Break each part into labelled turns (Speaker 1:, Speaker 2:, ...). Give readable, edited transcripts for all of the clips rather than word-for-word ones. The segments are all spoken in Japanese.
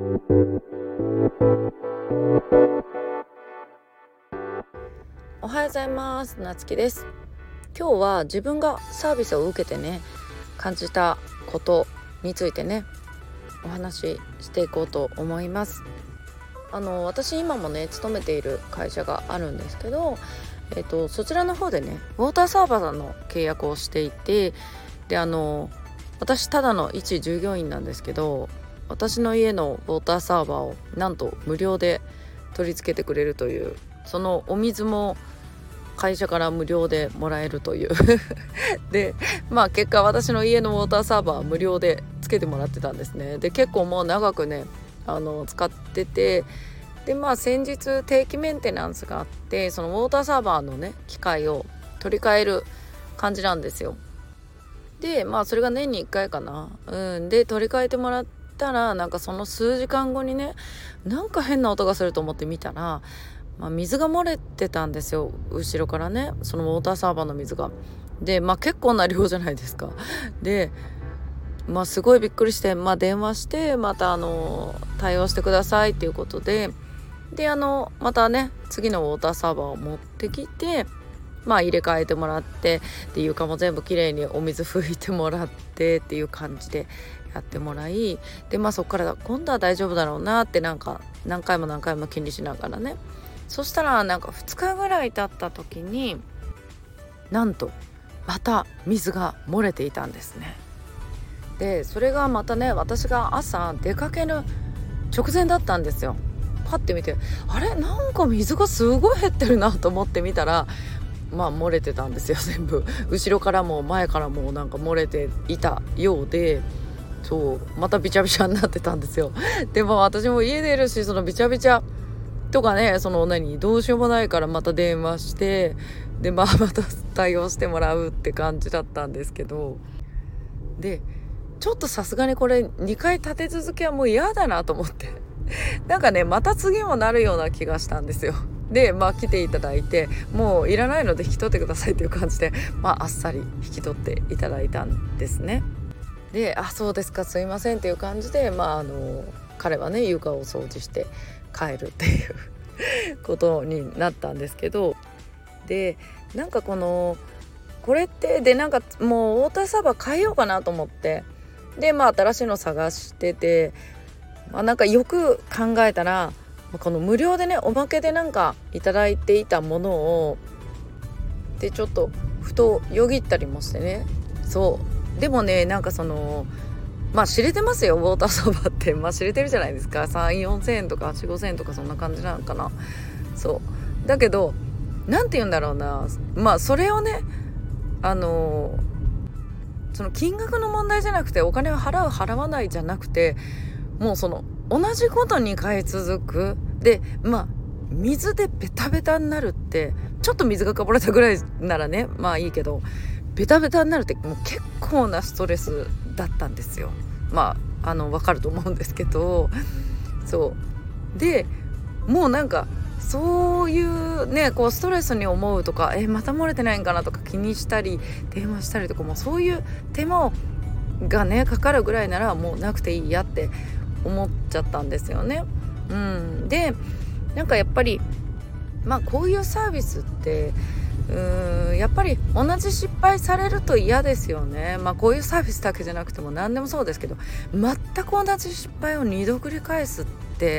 Speaker 1: おはようございます。なつきです。今日は自分がサービスを受けてね、感じたことについてね、お話ししていこうと思います。私今もね勤めている会社があるんですけど、そちらの方でねウォーターサーバーの契約をしていて、で私ただの一従業員なんですけど、私の家のウォーターサーバーをなんと無料で取り付けてくれるという、そのお水も会社から無料でもらえるというで、結果私の家のウォーターサーバーは無料でつけてもらってたんですね。で結構もう長くね使ってて、で先日定期メンテナンスがあって、そのウォーターサーバーのね機械を取り替える感じなんですよ。でそれが年に1回かな、で取り替えてもらったら、なんかその数時間後にね、なんか変な音がすると思って見たら、水が漏れてたんですよ、後ろからね、そのウォーターサーバーの水が。で結構な量じゃないですか。ですごいびっくりして、電話してまた対応してくださいっていうことで、またね次のウォーターサーバーを持ってきて、入れ替えてもらって、で床も全部きれいにお水拭いてもらってっていう感じでやってもらい、でそこから今度は大丈夫だろうなって、なんか何回も気にしながらね、そしたらなんか2日ぐらい経った時に、なんとまた水が漏れていたんですね。でそれがまたね、私が朝出かける直前だったんですよ。パッて見て、あれなんか水がすごい減ってるなと思って見たら、漏れてたんですよ、全部後ろからも前からもなんか漏れていたようで、そうまたビチャビチャになってたんですよ。で私も家出いるし、そのビチャビチャとかね、どうしようもないからまた電話して、でまた対応してもらうって感じだったんですけど、でちょっとさすがにこれ2回立て続けはもう嫌だなと思ってなんかねまた次もなるような気がしたんですよ。で来ていただいて、もういらないので引き取ってくださいという感じで、あっさり引き取っていただいたんですね。でそうですか、すいませんっていう感じで、彼はね床を掃除して帰るっていうことになったんですけど、でなんかこれってでなんかもうウォーターサーバー変えようかなと思って、で新しいの探してて、なんかよく考えたら、この無料でねおまけでなんかいただいていたものをでちょっとふとよぎったりもしてね。そうでもね、なんか知れてますよウォーターサーバーって、知れてるじゃないですか。3,4千円とか4,5千円とかそんな感じなのかな。そうだけどなんて言うんだろうな、それをねその金額の問題じゃなくて、お金を払う払わないじゃなくて、もう同じことに変え続くで、水でベタベタになるって、ちょっと水がかぼれたぐらいならねいいけど、ベタベタになるってもう結構なストレスだったんですよ。わかると思うんですけど、そうでもうなんかそういうねストレスに思うとか、また漏れてないんかなとか気にしたり電話したりとか、もうそういう手間がねかかるぐらいならもうなくていいやって思っちゃったんですよね。でなんかやっぱりこういうサービスってやっぱり同じ失敗されると嫌ですよね。こういうサービスだけじゃなくても何でもそうですけど、全く同じ失敗を2度繰り返すって、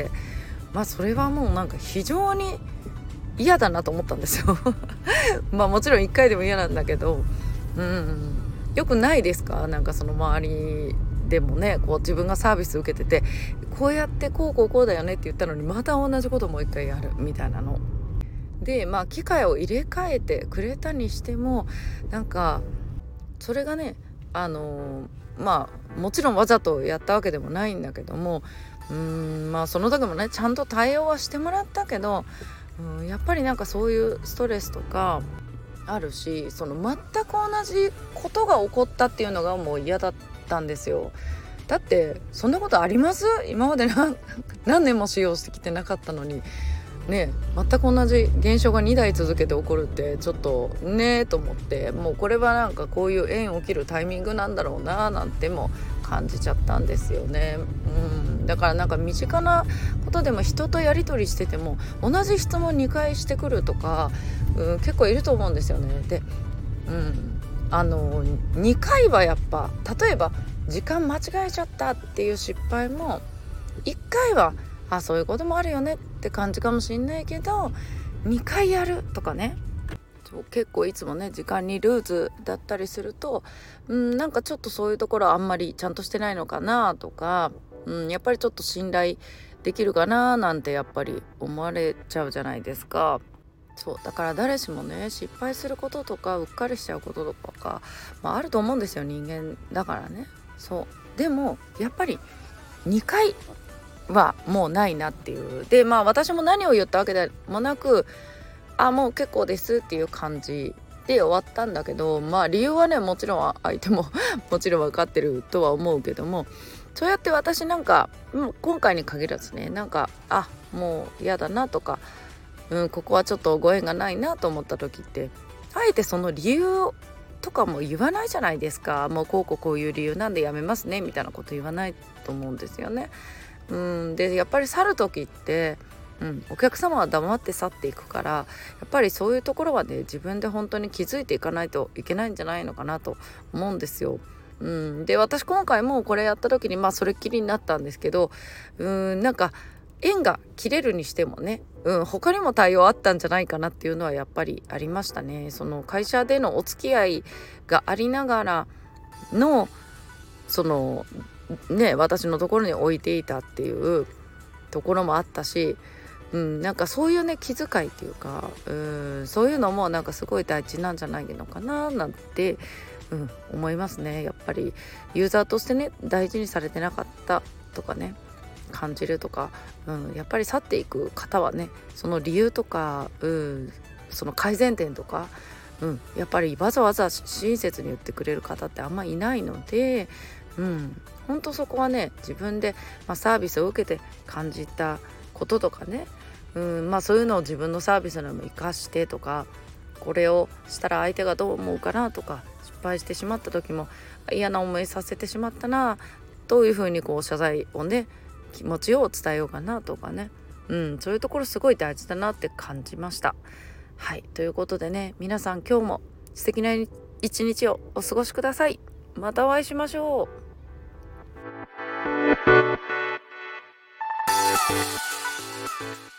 Speaker 1: それはもうなんか非常に嫌だなと思ったんですよもちろん1回でも嫌なんだけど、よくないですか？なんかその周りでもね自分がサービス受けてて、こうやってこうだよねって言ったのにまた同じことをもう一回やるみたいなので、機械を入れ替えてくれたにしても、なんかそれがねもちろんわざとやったわけでもないんだけども、その時もねちゃんと対応はしてもらったけど、やっぱりなんかそういうストレスとかあるし、全く同じことが起こったっていうのがもう嫌だったんですよ。だってそんなことあります？今まで何年も使用してきてなかったのに、 ね全く同じ現象が2代続けて起こるってちょっとねと思って、もうこれはなんかこういう縁起きるタイミングなんだろうななんても感じちゃったんですよね。だからなんか身近なことでも人とやり取りしてても同じ質問2回してくるとか、結構いると思うんですよね。で、2回はやっぱ例えば時間間違えちゃったっていう失敗も1回はそういうこともあるよねって感じかもしんないけど、2回やるとかね、結構いつもね時間にルーズだったりすると、なんかちょっとそういうところあんまりちゃんとしてないのかなとか、やっぱりちょっと信頼できるかななんてやっぱり思われちゃうじゃないですか。そうだから誰しもね失敗することとかうっかりしちゃうこととか、あると思うんですよ、人間だからね。そうでもやっぱり2回はもうないなっていう。で私も何を言ったわけでもなく、もう結構ですっていう感じで終わったんだけど、理由はねもちろん相手ももちろん分かってるとは思うけども、そうやって私なんか、今回に限らずね、なんかもう嫌だなとか、ここはちょっとご縁がないなと思った時って、あえてその理由とかも言わないじゃないですか。もうこういう理由なんでやめますねみたいなこと言わないと思うんですよね。でやっぱり去る時って、お客様は黙って去っていくから、やっぱりそういうところはね自分で本当に気づいていかないといけないんじゃないのかなと思うんですよ。で私今回もこれやった時にそれっきりになったんですけど、なんか縁が切れるにしてもね、他にも対応あったんじゃないかなっていうのはやっぱりありましたね。その会社でのお付き合いがありながらのその私のところに置いていたっていうところもあったし、なんかそういうね気遣いっていうか、そういうのもなんかすごい大事なんじゃないのかななんて、思いますね。やっぱりユーザーとしてね大事にされてなかったとかね感じるとか、やっぱり去っていく方はねその理由とか、その改善点とか、やっぱりわざわざ親切に言ってくれる方ってあんまいないので、本当そこはね自分で、サービスを受けて感じたこととかね、そういうのを自分のサービスにも生かしてとか、これをしたら相手がどう思うかなとか、失敗してしまった時も嫌な思いさせてしまったな、どういうふうに謝罪をね気持ちを伝えようかなとかね、そういうところすごい大事だなって感じました。はい、ということでね、皆さん今日も素敵な一日をお過ごしください。またお会いしましょう。